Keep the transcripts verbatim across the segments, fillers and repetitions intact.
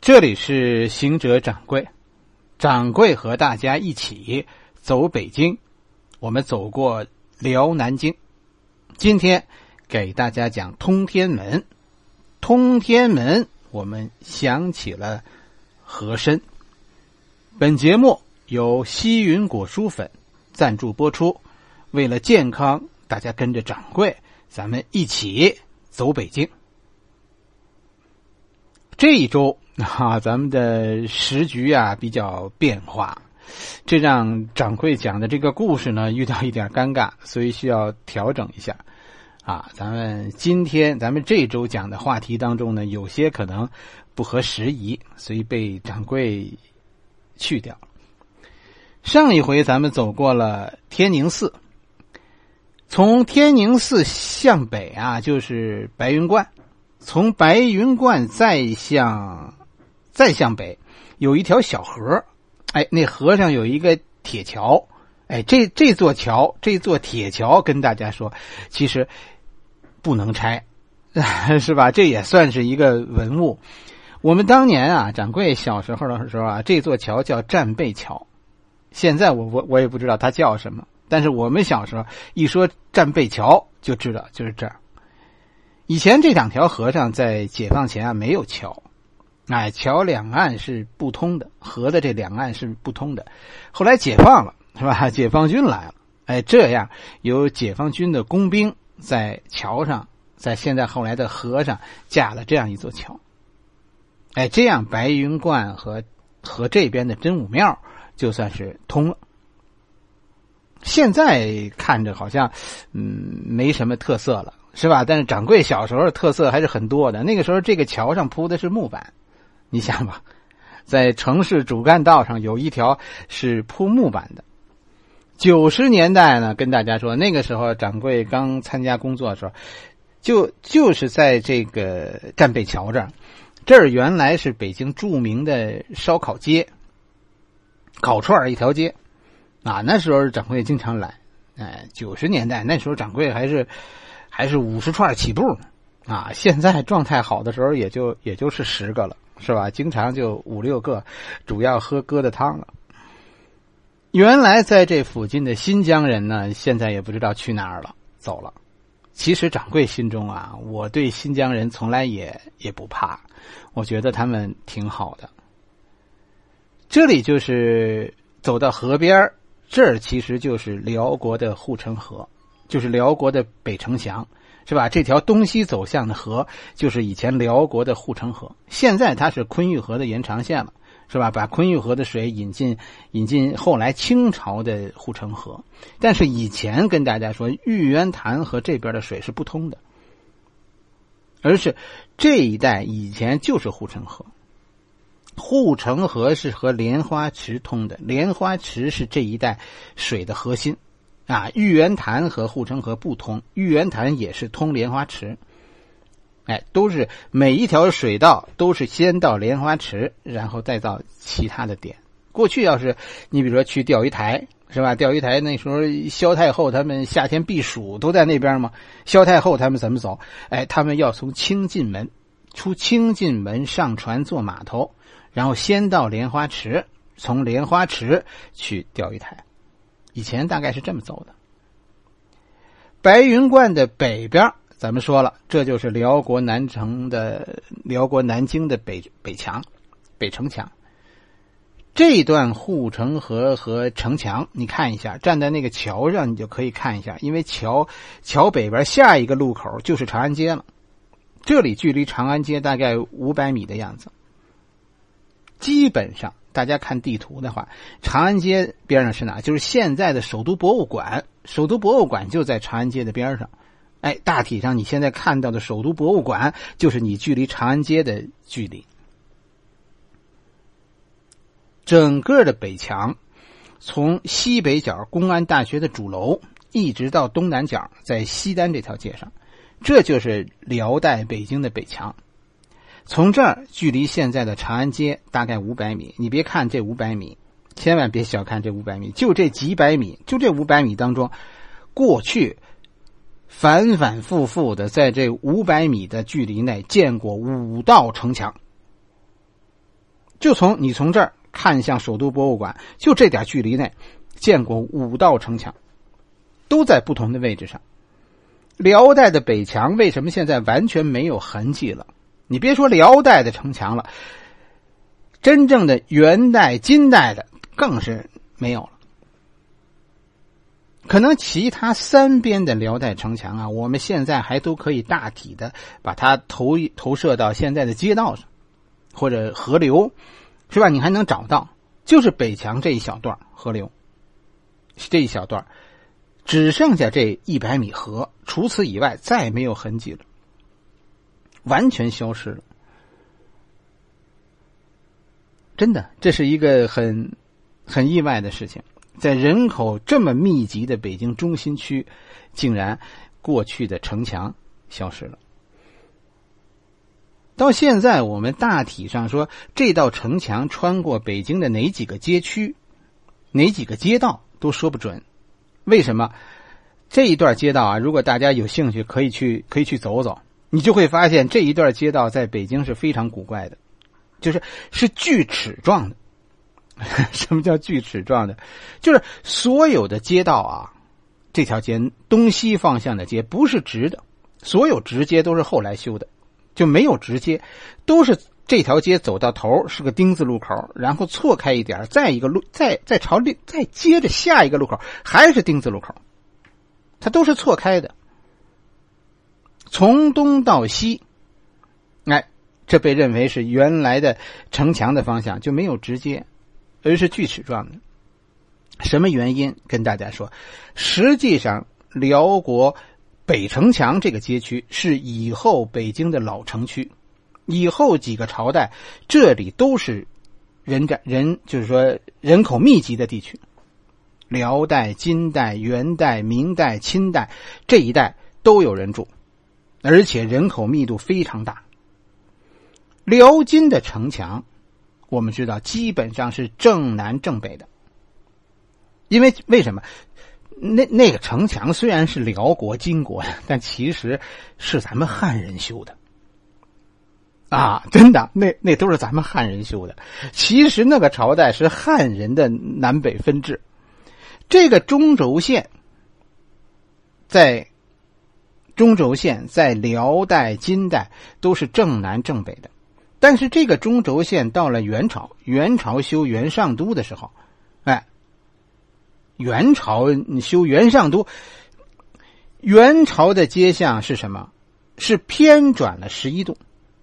这里是行者掌柜，掌柜和大家一起走北京，我们走过辽南京，今天给大家讲通天门。通天门，我们想起了和珅。本节目由西云果蔬粉赞助播出，为了健康，大家跟着掌柜，咱们一起走北京。这一周啊，咱们的时局啊比较变化，这让掌柜讲的这个故事呢遇到一点尴尬，所以需要调整一下啊。咱们今天咱们这周讲的话题当中呢，有些可能不合时宜，所以被掌柜去掉。上一回咱们走过了天宁寺，从天宁寺向北啊就是白云观，从白云观再向再向北有一条小河，哎，那河上有一个铁桥，哎，这这座桥这座铁桥跟大家说其实不能拆是吧？这也算是一个文物。我们当年啊掌柜小时候的时候啊，这座桥叫战备桥，现在我我我也不知道它叫什么，但是我们小时候一说战备桥就知道就是这儿。以前这两条河上在解放前啊没有桥，哎，桥两岸是不通的，河的这两岸是不通的。后来解放了，是吧？解放军来了，哎，这样有解放军的工兵在桥上，在现在后来的河上架了这样一座桥，哎，这样白云观和和这边的真武庙就算是通了。现在看着好像嗯没什么特色了，是吧？但是掌柜小时候的特色还是很多的。那个时候这个桥上铺的是木板，你想吧，在城市主干道上有一条是铺木板的。九十年代呢，跟大家说，那个时候掌柜刚参加工作的时候，就就是在这个战备桥这儿，这儿原来是北京著名的烧烤街，烤串一条街啊。那时候掌柜经常来，哎，九十年代那时候掌柜还是还是五十串起步呢啊。现在状态好的时候也就也就是十个了，是吧？经常就五六个，主要喝疙瘩汤了。原来在这附近的新疆人呢，现在也不知道去哪儿了，走了。其实掌柜心中啊，我对新疆人从来也也不怕，我觉得他们挺好的。这里就是走到河边，这儿其实就是辽国的护城河，就是辽国的北城墙，是吧？这条东西走向的河就是以前辽国的护城河，现在它是昆玉河的延长线了，是吧？把昆玉河的水引进引进后来清朝的护城河。但是以前跟大家说，玉渊潭和这边的水是不通的，而是这一带以前就是护城河。护城河是和莲花池通的，莲花池是这一带水的核心啊。玉渊潭和护城河不通，玉渊潭也是通莲花池，哎，都是每一条水道都是先到莲花池，然后再到其他的点。过去要是你比如说去钓鱼台，是吧？钓鱼台那时候萧太后他们夏天避暑都在那边嘛。萧太后他们怎么走？哎，他们要从清进门，出清进门上船坐码头，然后先到莲花池，从莲花池去钓鱼台。以前大概是这么走的。白云观的北边咱们说了，这就是辽国南城的辽国南京的北北墙，北城墙。这段护城河和城墙，你看一下，站在那个桥上你就可以看一下，因为桥桥北边下一个路口就是长安街了，这里距离长安街大概五百米的样子。基本上大家看地图的话，长安街边上是哪？就是现在的首都博物馆，首都博物馆就在长安街的边上。哎，大体上你现在看到的首都博物馆就是你距离长安街的距离。整个的北墙从西北角公安大学的主楼一直到东南角在西单这条街上，这就是辽代北京的北墙。从这儿距离现在的长安街大概五百米，你别看这五百米，千万别小看这五百米，就这几百米，就这五百米当中，过去反反复复的在这五百米的距离内建过五道城墙。 就从你从这儿看向首都博物馆，就这点距离内建过五道城墙，都在不同的位置上。辽代的北墙为什么现在完全没有痕迹了？你别说辽代的城墙了，真正的元代、金代的更是没有了。可能其他三边的辽代城墙啊，我们现在还都可以大体的把它投投射到现在的街道上或者河流，是吧？你还能找到，就是北墙这一小段河流，这一小段只剩下这一百米河，除此以外再没有痕迹了，完全消失了。真的，这是一个很很意外的事情。在人口这么密集的北京中心区，竟然过去的城墙消失了。到现在我们大体上说这道城墙穿过北京的哪几个街区哪几个街道都说不准。为什么？这一段街道啊，如果大家有兴趣可以去可以去走走，你就会发现这一段街道在北京是非常古怪的，就是是锯齿状的。什么叫锯齿状的？就是所有的街道啊，这条街东西方向的街不是直的，所有直街都是后来修的，就没有直街，都是这条街走到头是个丁字路口，然后错开一点，再一个路，再再朝另再接着下一个路口还是丁字路口，它都是错开的，从东到西。哎，这被认为是原来的城墙的方向，就没有直接，而是锯齿状的。什么原因？跟大家说，实际上辽国北城墙这个街区是以后北京的老城区，以后几个朝代这里都是人占人，就是说人口密集的地区。辽代、金代、元代、明代、清代这一代都有人住，而且人口密度非常大。辽金的城墙我们知道基本上是正南正北的，因为为什么？那那个城墙虽然是辽国金国的，但其实是咱们汉人修的啊，真的，那那都是咱们汉人修的。其实那个朝代是汉人的南北分治。这个中轴线在中轴线在辽代、金代都是正南正北的，但是这个中轴线到了元朝，元朝修元上都的时候，哎，元朝修元上都，元朝的街巷是什么？是偏转了十一度。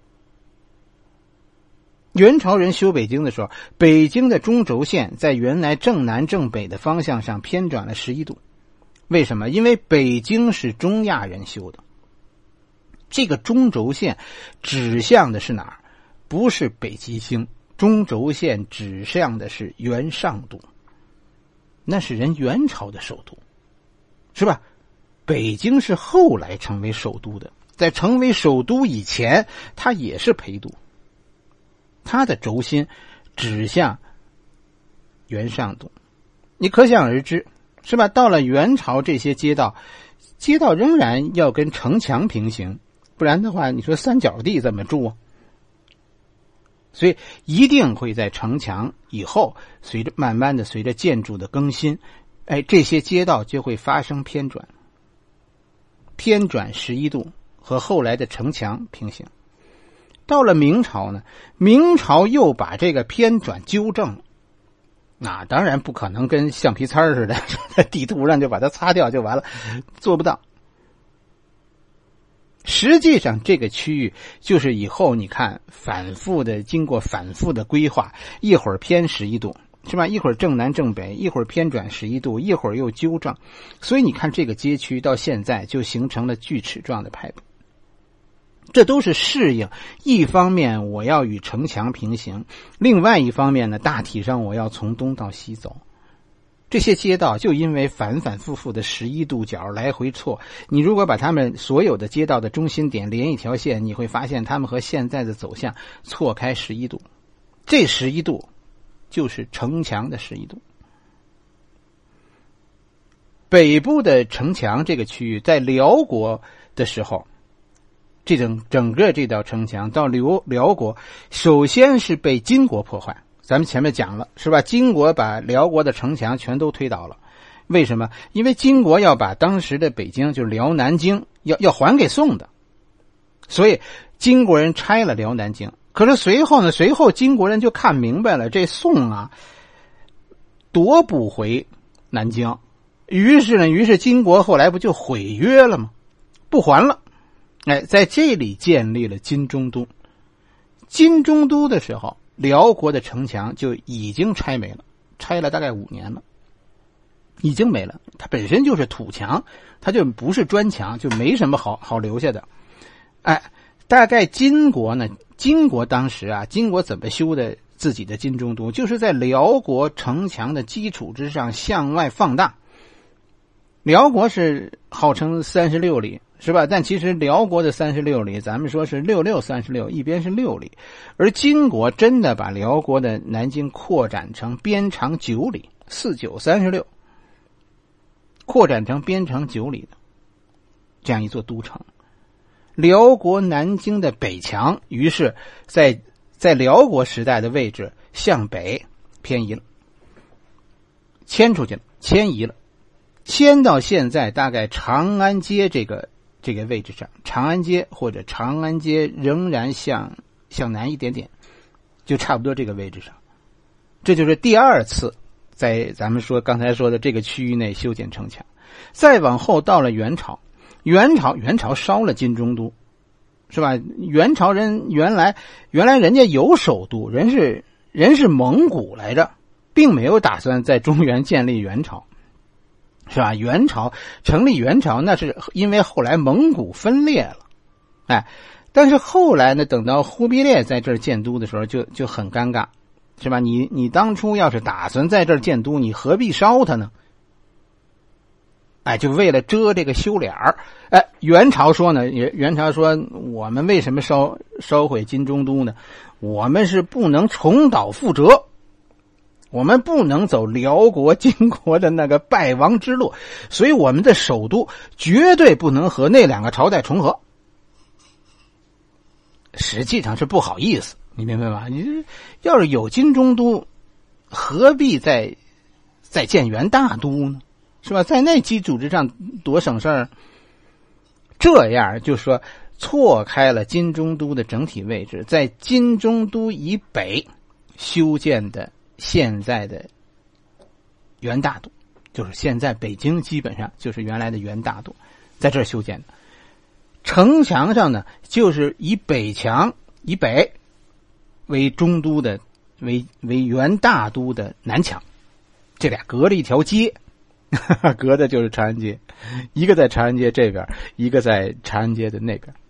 元朝人修北京的时候，北京的中轴线在原来正南正北的方向上偏转了十一度。为什么？因为北京是中亚人修的，这个中轴线指向的是哪儿？不是北极星，中轴线指向的是元上都，那是人元朝的首都，是吧？北京是后来成为首都的，在成为首都以前，它也是陪都，它的轴心指向元上都，你可想而知，是吧？到了元朝，这些街道，街道仍然要跟城墙平行，不然的话，你说三角地怎么住啊？所以一定会在城墙以后，随着慢慢的随着建筑的更新，哎，这些街道就会发生偏转，偏转十一度，和后来的城墙平行。到了明朝呢，明朝又把这个偏转纠正了，那当然不可能跟橡皮擦似的，在地图上就把它擦掉就完了，做不到。实际上这个区域就是以后你看反复的经过反复的规划，一会儿偏十一度，是吧？一会儿正南正北，一会儿偏转十一度，一会儿又纠正，所以你看这个街区到现在就形成了锯齿状的排布。这都是适应，一方面我要与城墙平行，另外一方面呢，大体上我要从东到西走。这些街道就因为反反复复的十一度角来回错，你如果把他们所有的街道的中心点连一条线，你会发现他们和现在的走向错开十一度，这十一度就是城墙的十一度。北部的城墙这个区域在辽国的时候， 这整整个这道城墙到辽辽国，首先是被金国破坏。咱们前面讲了是吧？金国把辽国的城墙全都推倒了。为什么？因为金国要把当时的北京，就是辽南京，要要还给宋的，所以金国人拆了辽南京。可是随后呢，随后金国人就看明白了，这宋啊夺不回南京，于是呢，于是金国后来不就毁约了吗？不还了。哎，在这里建立了金中都。金中都的时候，辽国的城墙就已经拆没了，拆了大概五年了。已经没了，它本身就是土墙，它就不是砖墙，就没什么好好留下的。哎，大概金国呢，金国当时啊，金国怎么修的自己的金中都，就是在辽国城墙的基础之上向外放大。辽国是号称三十六里，是吧？但其实辽国的三十六里，咱们说是六六三十六，一边是六里，而金国真的把辽国的南京扩展成边长九里，四九三十六。扩展成边长九里的这样一座都城。辽国南京的北墙于是在在辽国时代的位置向北偏移了，迁出去了，迁移了，迁到现在大概长安街这个这个位置上。长安街或者长安街仍然向向南一点点，就差不多这个位置上。这就是第二次在咱们说刚才说的这个区域内修建城墙。再往后到了元朝，元朝元朝烧了金中都，是吧？元朝人原来原来人家有首都，人是人是蒙古来着，并没有打算在中原建立元朝，是吧？元朝成立元朝，那是因为后来蒙古分裂了，哎，但是后来呢，等到忽必烈在这儿建都的时候，就就很尴尬，是吧？你你当初要是打算在这儿建都，你何必烧它呢？哎，就为了遮这个羞脸儿。哎，元朝说呢，元朝说我们为什么烧烧毁金中都呢？我们是不能重蹈覆辙，我们不能走辽国金国的那个败亡之路，所以我们的首都绝对不能和那两个朝代重合。实际上是不好意思，你明白吗？你要是有金中都，何必再再建元大都呢？是吧？在那基础之上多省事儿。这样就说错开了金中都的整体位置，在金中都以北修建的现在的元大都，就是现在北京基本上就是原来的元大都，在这儿修建的。城墙上呢，就是以北墙以北为中都的为为元大都的南墙，这俩隔着一条街，隔的就是长安街，一个在长安街这边，一个在长安街的那边。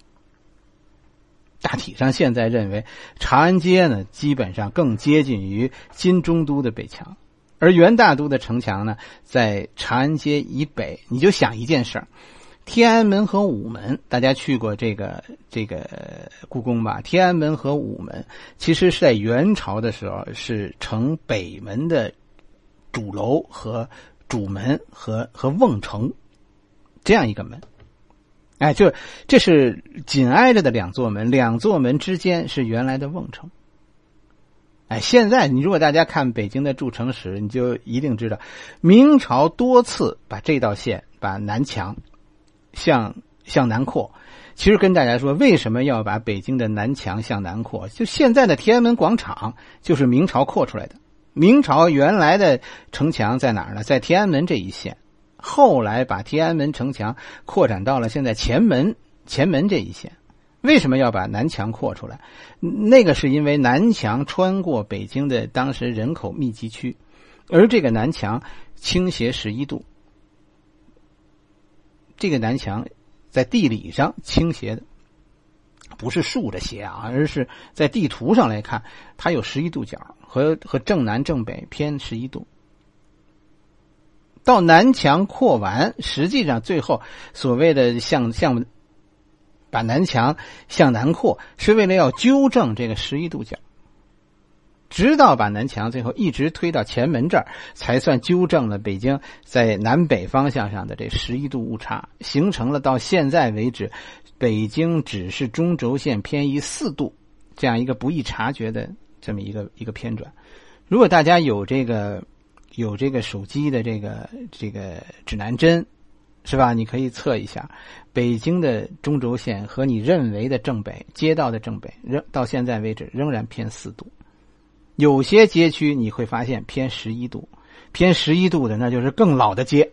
大体上现在认为长安街呢，基本上更接近于金中都的北墙，而元大都的城墙呢，在长安街以北。你就想一件事儿，天安门和午门，大家去过这个这个故宫吧？天安门和午门其实是在元朝的时候是城北门的主楼和主门和和瓮城这样一个门。哎，就这是紧挨着的两座门，两座门之间是原来的瓮城。哎，现在你如果大家看北京的筑城史，你就一定知道，明朝多次把这道线，把南墙向向南扩。其实跟大家说，为什么要把北京的南墙向南扩？就现在的天安门广场就是明朝扩出来的。明朝原来的城墙在哪儿呢？在天安门这一线。后来把天安门城墙扩展到了现在前门前门这一线。为什么要把南墙扩出来？那个是因为南墙穿过北京的当时人口密集区，而这个南墙倾斜十一度。这个南墙在地理上倾斜的，不是竖着斜啊，而是在地图上来看，它有十一度角，和和正南正北偏十一度。到南墙扩完，实际上最后所谓的向向把南墙向南扩，是为了要纠正这个十一度角。 直到把南墙最后一直推到前门这儿，才算纠正了北京在南北方向上的这十一度误差，形成了到现在为止北京只是中轴线偏移四度这样一个不易察觉的这么一个一个偏转。如果大家有这个有这个手机的这个这个指南针，是吧？你可以测一下北京的中轴线和你认为的正北街道的正北，仍到现在为止仍然偏四度。有些街区你会发现偏十一度，偏十一度的那就是更老的街。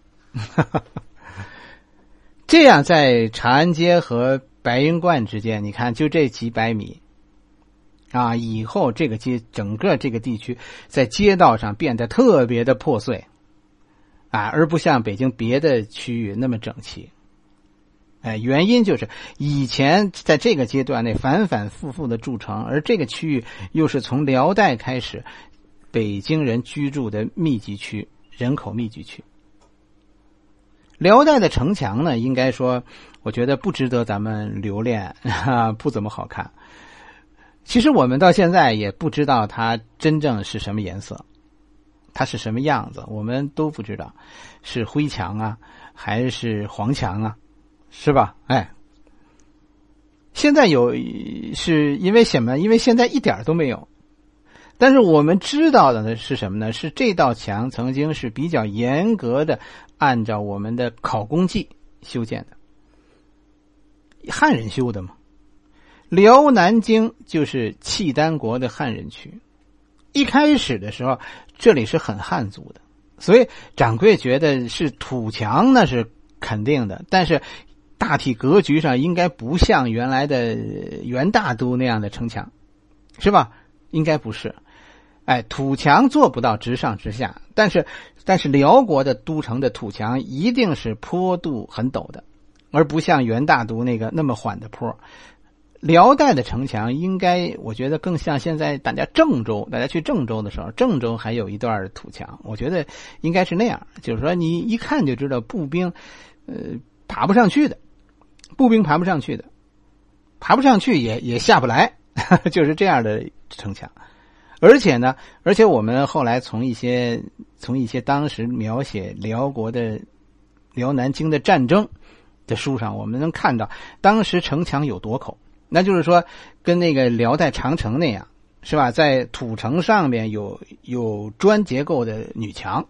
这样在长安街和白云观之间，你看就这几百米啊，以后这个街整个这个地区在街道上变得特别的破碎啊，而不像北京别的区域那么整齐。哎，原因就是以前在这个阶段内反反复复的筑城，而这个区域又是从辽代开始北京人居住的密集区，人口密集区。辽代的城墙呢，应该说我觉得不值得咱们留恋，不怎么好看。其实我们到现在也不知道它真正是什么颜色，它是什么样子，我们都不知道，是灰墙啊还是黄墙啊，是吧？哎，现在有是因为什么？因为现在一点都没有。但是我们知道的是什么呢？是这道墙曾经是比较严格的按照我们的考工记修建的，汉人修的嘛。辽南京就是契丹国的汉人区，一开始的时候这里是很汉族的，所以掌柜觉得是土墙那是肯定的，但是大体格局上应该不像原来的元大都那样的城墙，是吧？应该不是。哎，土墙做不到直上直下，但是但是辽国的都城的土墙一定是坡度很陡的，而不像元大都那个那么缓的坡。辽代的城墙应该我觉得更像现在大家郑州，大家去郑州的时候，郑州还有一段土墙，我觉得应该是那样，就是说你一看就知道步兵呃爬不上去的，步兵爬不上去的，爬不上去也也下不来，就是这样的城墙。而且呢，而且我们后来从一些从一些当时描写辽国的辽南京的战争的书上，我们能看到当时城墙有垛口，那就是说跟那个辽代长城那样，是吧？在土城上面有有砖结构的女墙。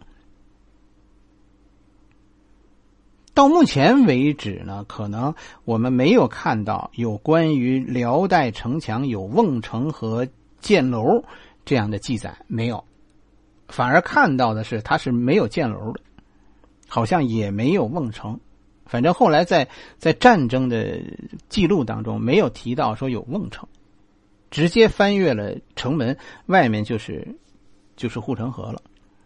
到目前为止呢，可能我们没有看到有关于辽代城墙有瓮城和箭楼这样的记载，没有，反而看到的是它是没有箭楼的，好像也没有瓮城。反正后来在在战争的记录当中没有提到说有瓮城，直接翻越了城门，外面就是就是护城河了。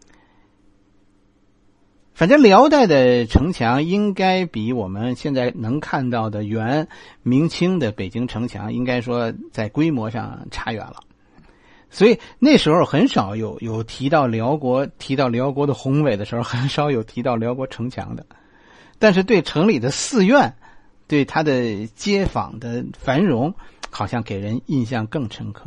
反正辽代的城墙应该比我们现在能看到的元明清的北京城墙应该说在规模上差远了。所以那时候很少有有提到辽国提到辽国的宏伟的时候，很少有提到辽国城墙的。但是对城里的寺院，对它的街坊的繁荣，好像给人印象更深刻。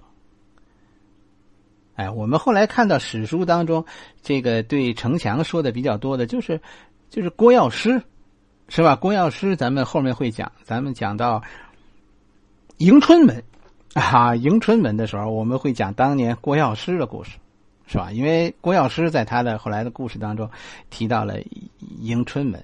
哎，我们后来看到史书当中，这个对城墙说的比较多的，就是就是郭药师，是吧？郭药师咱们后面会讲，咱们讲到迎春门啊，迎春门的时候，我们会讲当年郭药师的故事，是吧？因为郭药师在他的后来的故事当中提到了迎春门。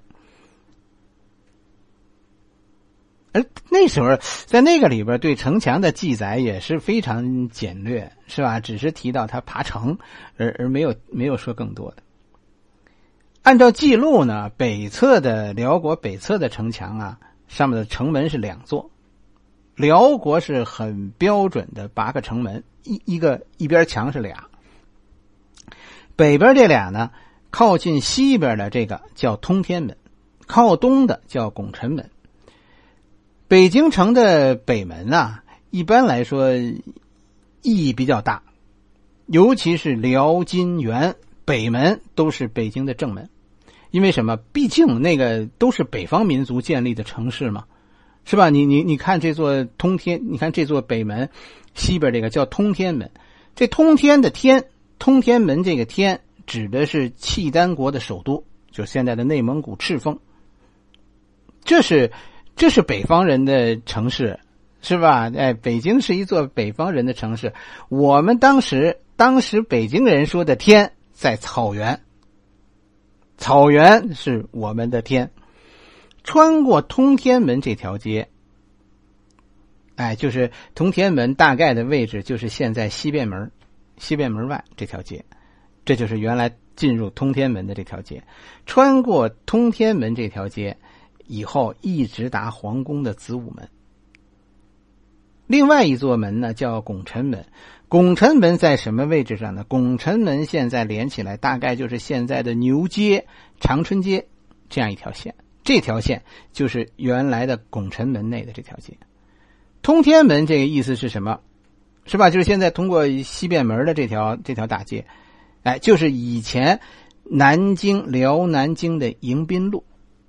而那时候在那个里边对城墙的记载也是非常简略，是吧？只是提到他爬城，而而没有没有说更多的。按照记录呢，北侧的辽国北侧的城墙啊，上面的城门是两座。辽国是很标准的八个城门，一一个一边墙是俩。北边这俩呢，靠近西边的这个叫通天门，靠东的叫拱辰门。北京城的北门啊，一般来说意义比较大，尤其是辽金元北门都是北京的正门。因为什么？毕竟那个都是北方民族建立的城市嘛，是吧？你你你看这座通天，你看这座北门西边这个叫通天门， 这通天的天，通天门这个天指的是契丹国的首都，就现在的内蒙古赤峰。这是这是北方人的城市，是吧？哎，北京是一座北方人的城市。我们当时当时北京人说的天在草原，草原是我们的天。穿过通天门这条街，哎，就是通天门大概的位置就是现在西便门西便门外这条街，这就是原来进入通天门的这条街。穿过通天门这条街以后，一直达皇宫的子午门。另外一座门呢叫拱辰门。拱辰门在什么位置上呢？拱辰门现在连起来大概就是现在的牛街、长春街这样一条线，这条线就是原来的拱辰门内的这条街。通天门这个意思是什么？是吧？就是现在通过西便门的这条这条大街，哎，就是以前南京辽南京的迎宾路，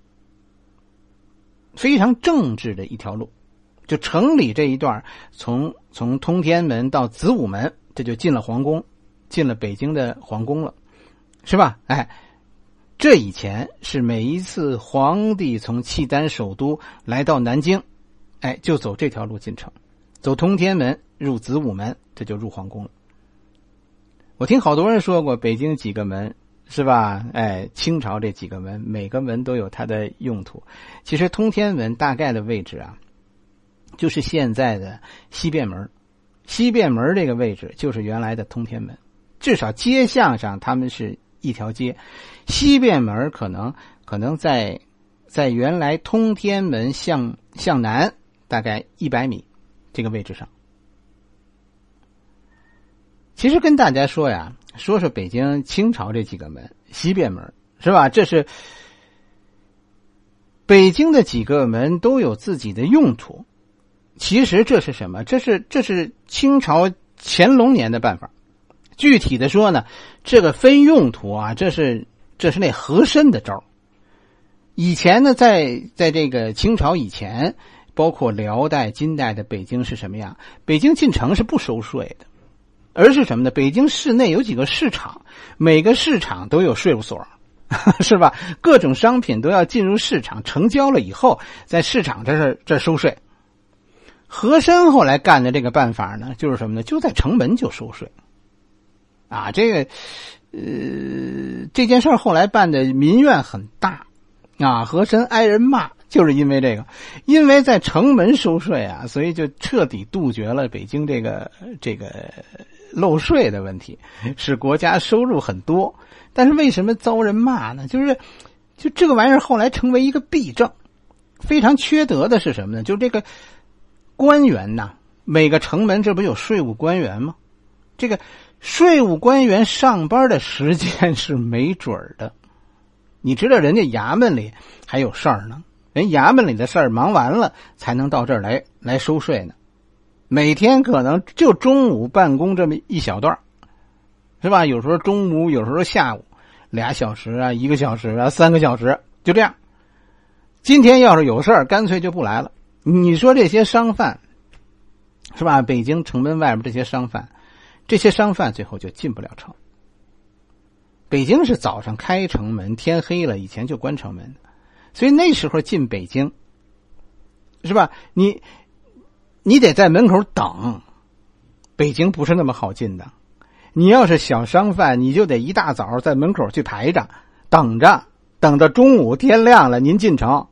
非常正直的一条路。就城里这一段，从从通天门到子午门，这就进了皇宫，进了北京的皇宫了，是吧？哎，这以前是每一次皇帝从契丹首都来到南京，哎，就走这条路进城，走通天门入子午门，这就入皇宫了。我听好多人说过北京几个门，是吧？哎，清朝这几个门，每个门都有它的用途。其实通天门大概的位置啊，就是现在的西便门。西便门这个位置就是原来的通天门，至少街巷上他们是一条街。西便门可能可能在在原来通天门向向南大概一百米这个位置上。其实跟大家说呀，说说北京清朝这几个门，西便门，是吧？这是北京的几个门都有自己的用途。其实这是什么？这是这是清朝乾隆年的办法。具体的说呢，这个分用途啊，这是这是那和珅的招。以前呢，在在这个清朝以前，包括辽代、金代的北京是什么样？北京进城是不收税的，而是什么呢？北京市内有几个市场，每个市场都有税务所，是吧？各种商品都要进入市场，成交了以后，在市场这是这收税。和珅后来干的这个办法呢，就是什么呢？就在城门就收税，啊，这个，呃，这件事后来办的民怨很大，啊，和珅挨人骂，就是因为这个，因为在城门收税啊，所以就彻底杜绝了北京这个这个漏税的问题，使国家收入很多。但是为什么遭人骂呢？就是就这个玩意儿后来成为一个弊政，非常缺德的是什么呢？就这个官员呐，每个城门这不有税务官员吗？这个税务官员上班的时间是没准的。你知道人家衙门里还有事儿呢，人衙门里的事儿忙完了才能到这儿来来收税呢。每天可能就中午办公这么一小段，是吧？有时候中午，有时候下午，俩小时啊，一个小时啊，三个小时，就这样。今天要是有事儿，干脆就不来了。你说这些商贩，是吧？北京城门外边这些商贩，这些商贩最后就进不了城。北京是早上开城门，天黑了以前就关城门的，所以那时候进北京，是吧？你你得在门口等，北京不是那么好进的。你要是小商贩，你就得一大早在门口去排着，等着，等到中午天亮了，您进城。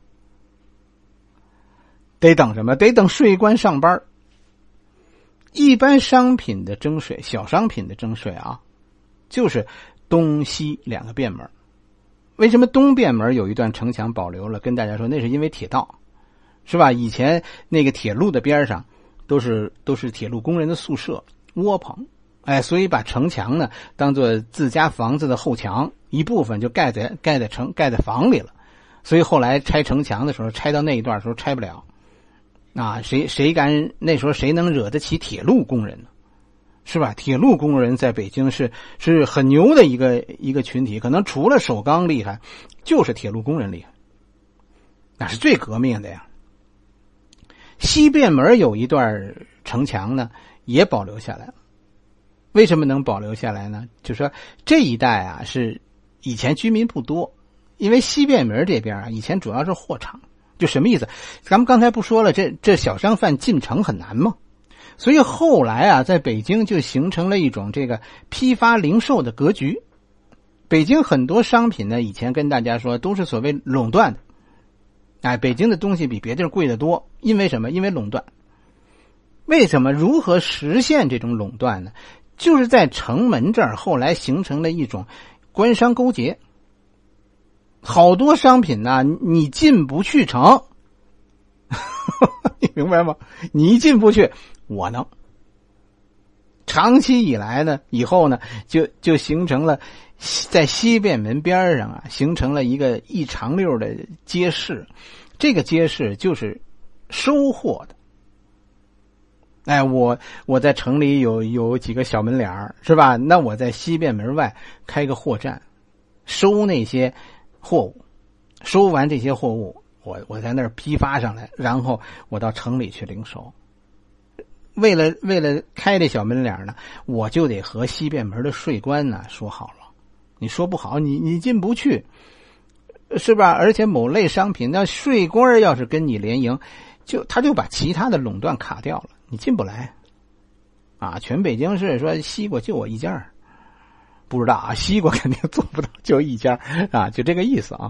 得等什么？得等税官上班。一般商品的征税，小商品的征税啊，就是东西两个便门。为什么东便门有一段城墙保留了？跟大家说，那是因为铁道，是吧？以前那个铁路的边上都是都是铁路工人的宿舍窝棚，哎，所以把城墙呢当做自家房子的后墙，一部分就盖在盖在城盖在房里了。所以后来拆城墙的时候，拆到那一段的时候拆不了。啊，谁谁敢那时候谁能惹得起铁路工人呢？是吧？铁路工人在北京是是很牛的一个一个群体，可能除了首钢厉害，就是铁路工人厉害，那是最革命的呀。西便门有一段城墙呢，也保留下来了。 为什么能保留下来呢？就是说这一带啊是以前居民不多，因为西便门这边啊以前主要是货场，就什么意思？咱们刚才不说了，这这小商贩进城很难吗？所以后来啊，在北京就形成了一种这个批发零售的格局。北京很多商品呢，以前跟大家说都是所谓垄断的。哎，北京的东西比别地儿贵得多，因为什么？因为垄断。为什么？如何实现这种垄断呢？就是在城门这儿，后来形成了一种官商勾结。好多商品呢，你进不去城，你明白吗？你一进不去，我能。长期以来呢，以后呢，就就形成了在西便门边上啊，形成了一个一长溜的街市。这个街市就是收货的。哎，我我在城里有有几个小门脸是吧？那我在西便门外开个货站，收那些货物，收完这些货物，我我在那儿批发上来，然后我到城里去零售。为了为了开这小门脸呢，我就得和西便门的税关呢说好了，你说不好，你你进不去，是吧？而且某类商品，那税官要是跟你联营，就他就把其他的垄断卡掉了，你进不来。啊，全北京市说西瓜就我一家，不知道啊，西瓜肯定做不到就一家啊，就这个意思啊。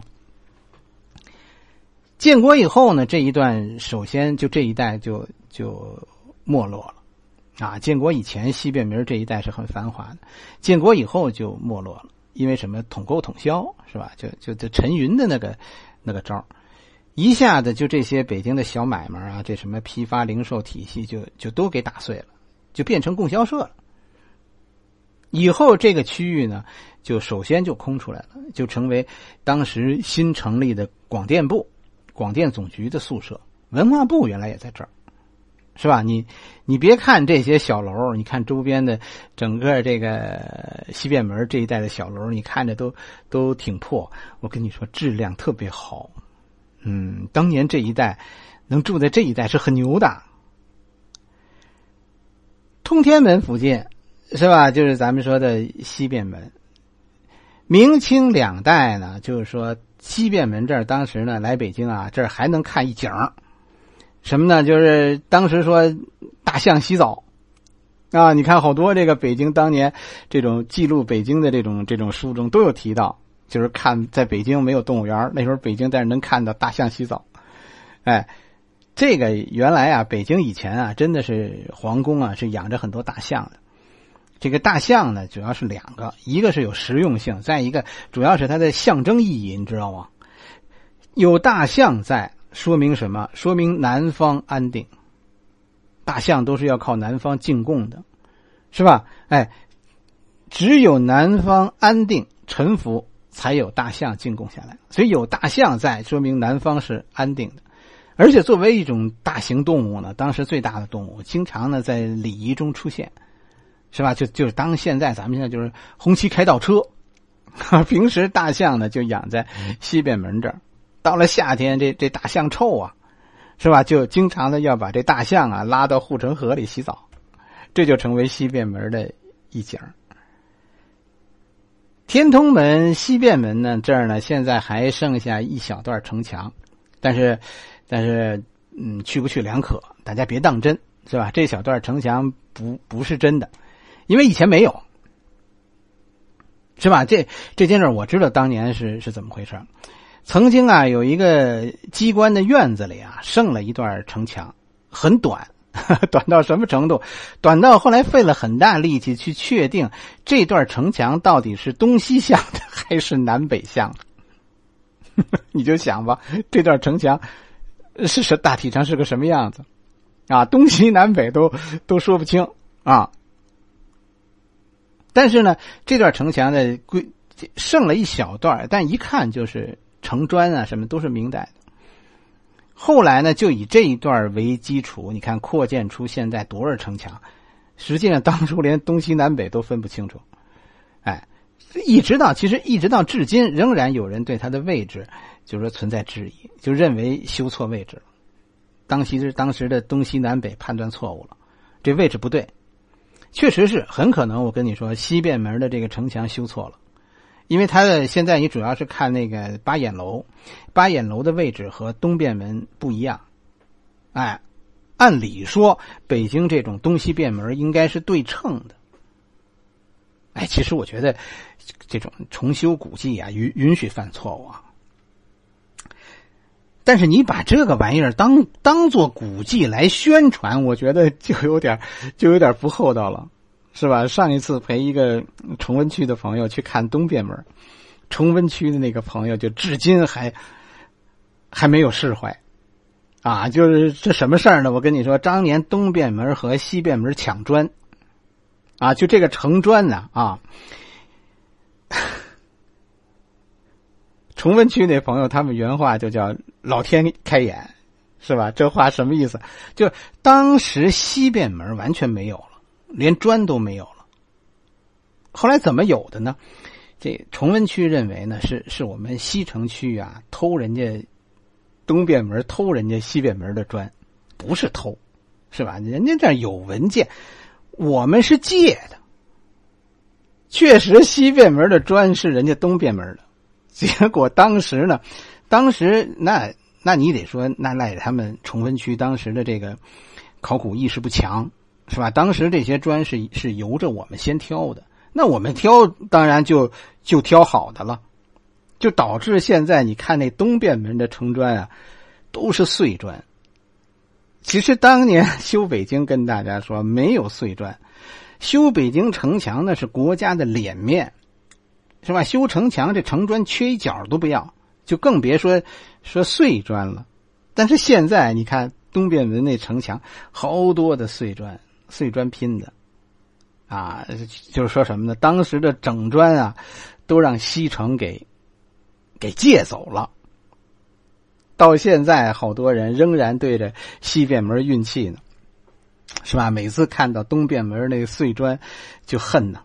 建国以后呢，这一段首先就这一带就就没落了啊。建国以前西便门这一带是很繁华的，建国以后就没落了，因为什么？统购统销是吧？就就就陈云的那个那个招，一下子就这些北京的小买卖啊，这什么批发零售体系就就都给打碎了，就变成供销社了。以后这个区域呢，就首先就空出来了，就成为当时新成立的广电部、广电总局的宿舍。文化部原来也在这儿，是吧？你你别看这些小楼，你看周边的整个这个西便门这一带的小楼，你看着都都挺破。我跟你说，质量特别好。嗯，当年这一带能住在这一带是很牛的。通天门附近，是吧？就是咱们说的西便门。明清两代呢，就是说西便门这儿当时呢来北京啊，这儿还能看一景儿。什么呢？就是当时说大象洗澡啊，你看好多这个北京当年这种记录北京的这种这种书中都有提到，就是看在北京没有动物园，那时候北京但是能看到大象洗澡。哎，这个原来啊，北京以前啊真的是皇宫啊是养着很多大象的。这个大象呢主要是两个，一个是有实用性，再一个主要是它的象征意义，你知道吗？有大象在说明什么？说明南方安定。大象都是要靠南方进贡的，是吧？哎，只有南方安定臣服，才有大象进贡下来。所以有大象在，说明南方是安定的。而且作为一种大型动物呢，当时最大的动物，经常呢在礼仪中出现，是吧？就就是当现在咱们现在就是红旗开道车，平时大象呢就养在西便门这儿。到了夏天，这这大象臭啊，是吧？就经常的要把这大象啊拉到护城河里洗澡，这就成为西便门的一景。天通门、西便门呢，这儿呢现在还剩下一小段城墙，但是但是嗯，去不去两可，大家别当真，是吧？这小段城墙不不是真的，因为以前没有，是吧？这这件事我知道当年是是怎么回事。曾经啊，有一个机关的院子里啊，剩了一段城墙，很短，短到什么程度？短到后来费了很大力气去确定这段城墙到底是东西向的还是南北向的。你就想吧，这段城墙是是大体上是个什么样子啊？东西南北都都说不清啊。但是呢，这段城墙的规剩了一小段，但一看就是城砖啊，什么都是明代的。后来呢，就以这一段为基础，你看扩建出现在多少城墙，实际上当初连东西南北都分不清楚。哎，一直到其实一直到至今，仍然有人对它的位置就是说存在质疑，就认为修错位置了。当时当时的东西南北判断错误了，这位置不对。 确实是很可能，我跟你说，西便门的这个城墙修错了，因为它的现在你主要是看那个八眼楼，八眼楼的位置和东便门不一样。哎，按理说北京这种东西便门应该是对称的。哎，其实我觉得这种重修古迹啊，允允许犯错误啊。但是你把这个玩意儿当当做古迹来宣传，我觉得就有点就有点不厚道了，是吧？上一次陪一个崇文区的朋友去看东便门，崇文区的那个朋友就至今还还没有释怀啊！就是这什么事儿呢？我跟你说，当年东便门和西便门抢砖啊，就这个城砖呢啊。崇文区那朋友他们原话就叫老天开眼，是吧？这话什么意思？就当时西便门完全没有了，连砖都没有了。后来怎么有的呢？这崇文区认为呢，是是我们西城区啊偷人家东便门偷人家西便门的砖，不是偷，是吧？人家这有文件，我们是借的。确实西便门的砖是人家东便门的。结果当时呢，当时那那你得说那赖他们崇文区当时的这个考古意识不强，是吧？当时这些砖是是由着我们先挑的，那我们挑当然就就挑好的了，就导致现在你看那东便门的城砖啊，都是碎砖。其实当年修北京跟大家说没有碎砖，修北京城墙那是国家的脸面。是吧？修城墙这城砖缺一角都不要，就更别说说碎砖了。但是现在你看东便门那城墙，好多的碎砖，碎砖拼的，啊，就是说什么呢？当时的整砖啊，都让西城给给借走了。到现在，好多人仍然对着西便门运气呢，是吧？每次看到东便门那个碎砖，就恨呢。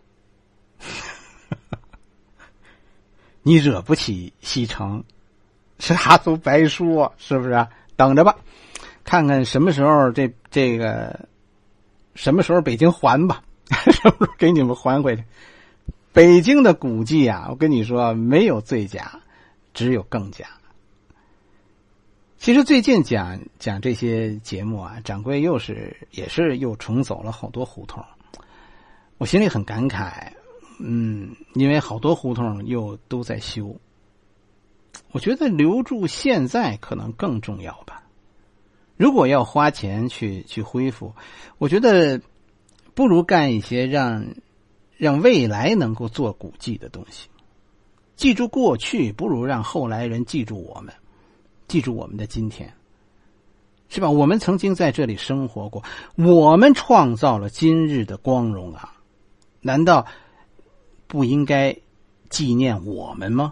你惹不起西城，啥都白说，是不是啊？等着吧，看看什么时候这这个什么时候北京还吧，什么时候给你们还回去。北京的古迹啊，我跟你说，没有最假，只有更假。其实最近讲讲这些节目啊，掌柜又是也是又重走了好多胡同，我心里很感慨。嗯，因为好多胡同又都在修，我觉得留住现在可能更重要吧。如果要花钱去去恢复，我觉得不如干一些让让未来能够做古迹的东西。记住过去，不如让后来人记住我们，记住我们的今天，是吧？我们曾经在这里生活过，我们创造了今日的光荣啊！难道不应该纪念我们吗？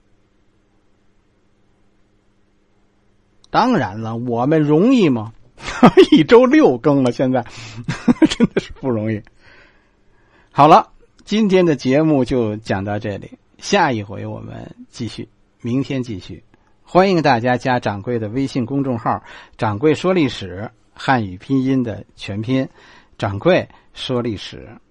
当然了，我们容易吗？一周六更了，现在真的是不容易。好了，今天的节目就讲到这里，下一回我们继续，明天继续。欢迎大家加掌柜的微信公众号“掌柜说历史”，汉语拼音的全拼“掌柜说历史”。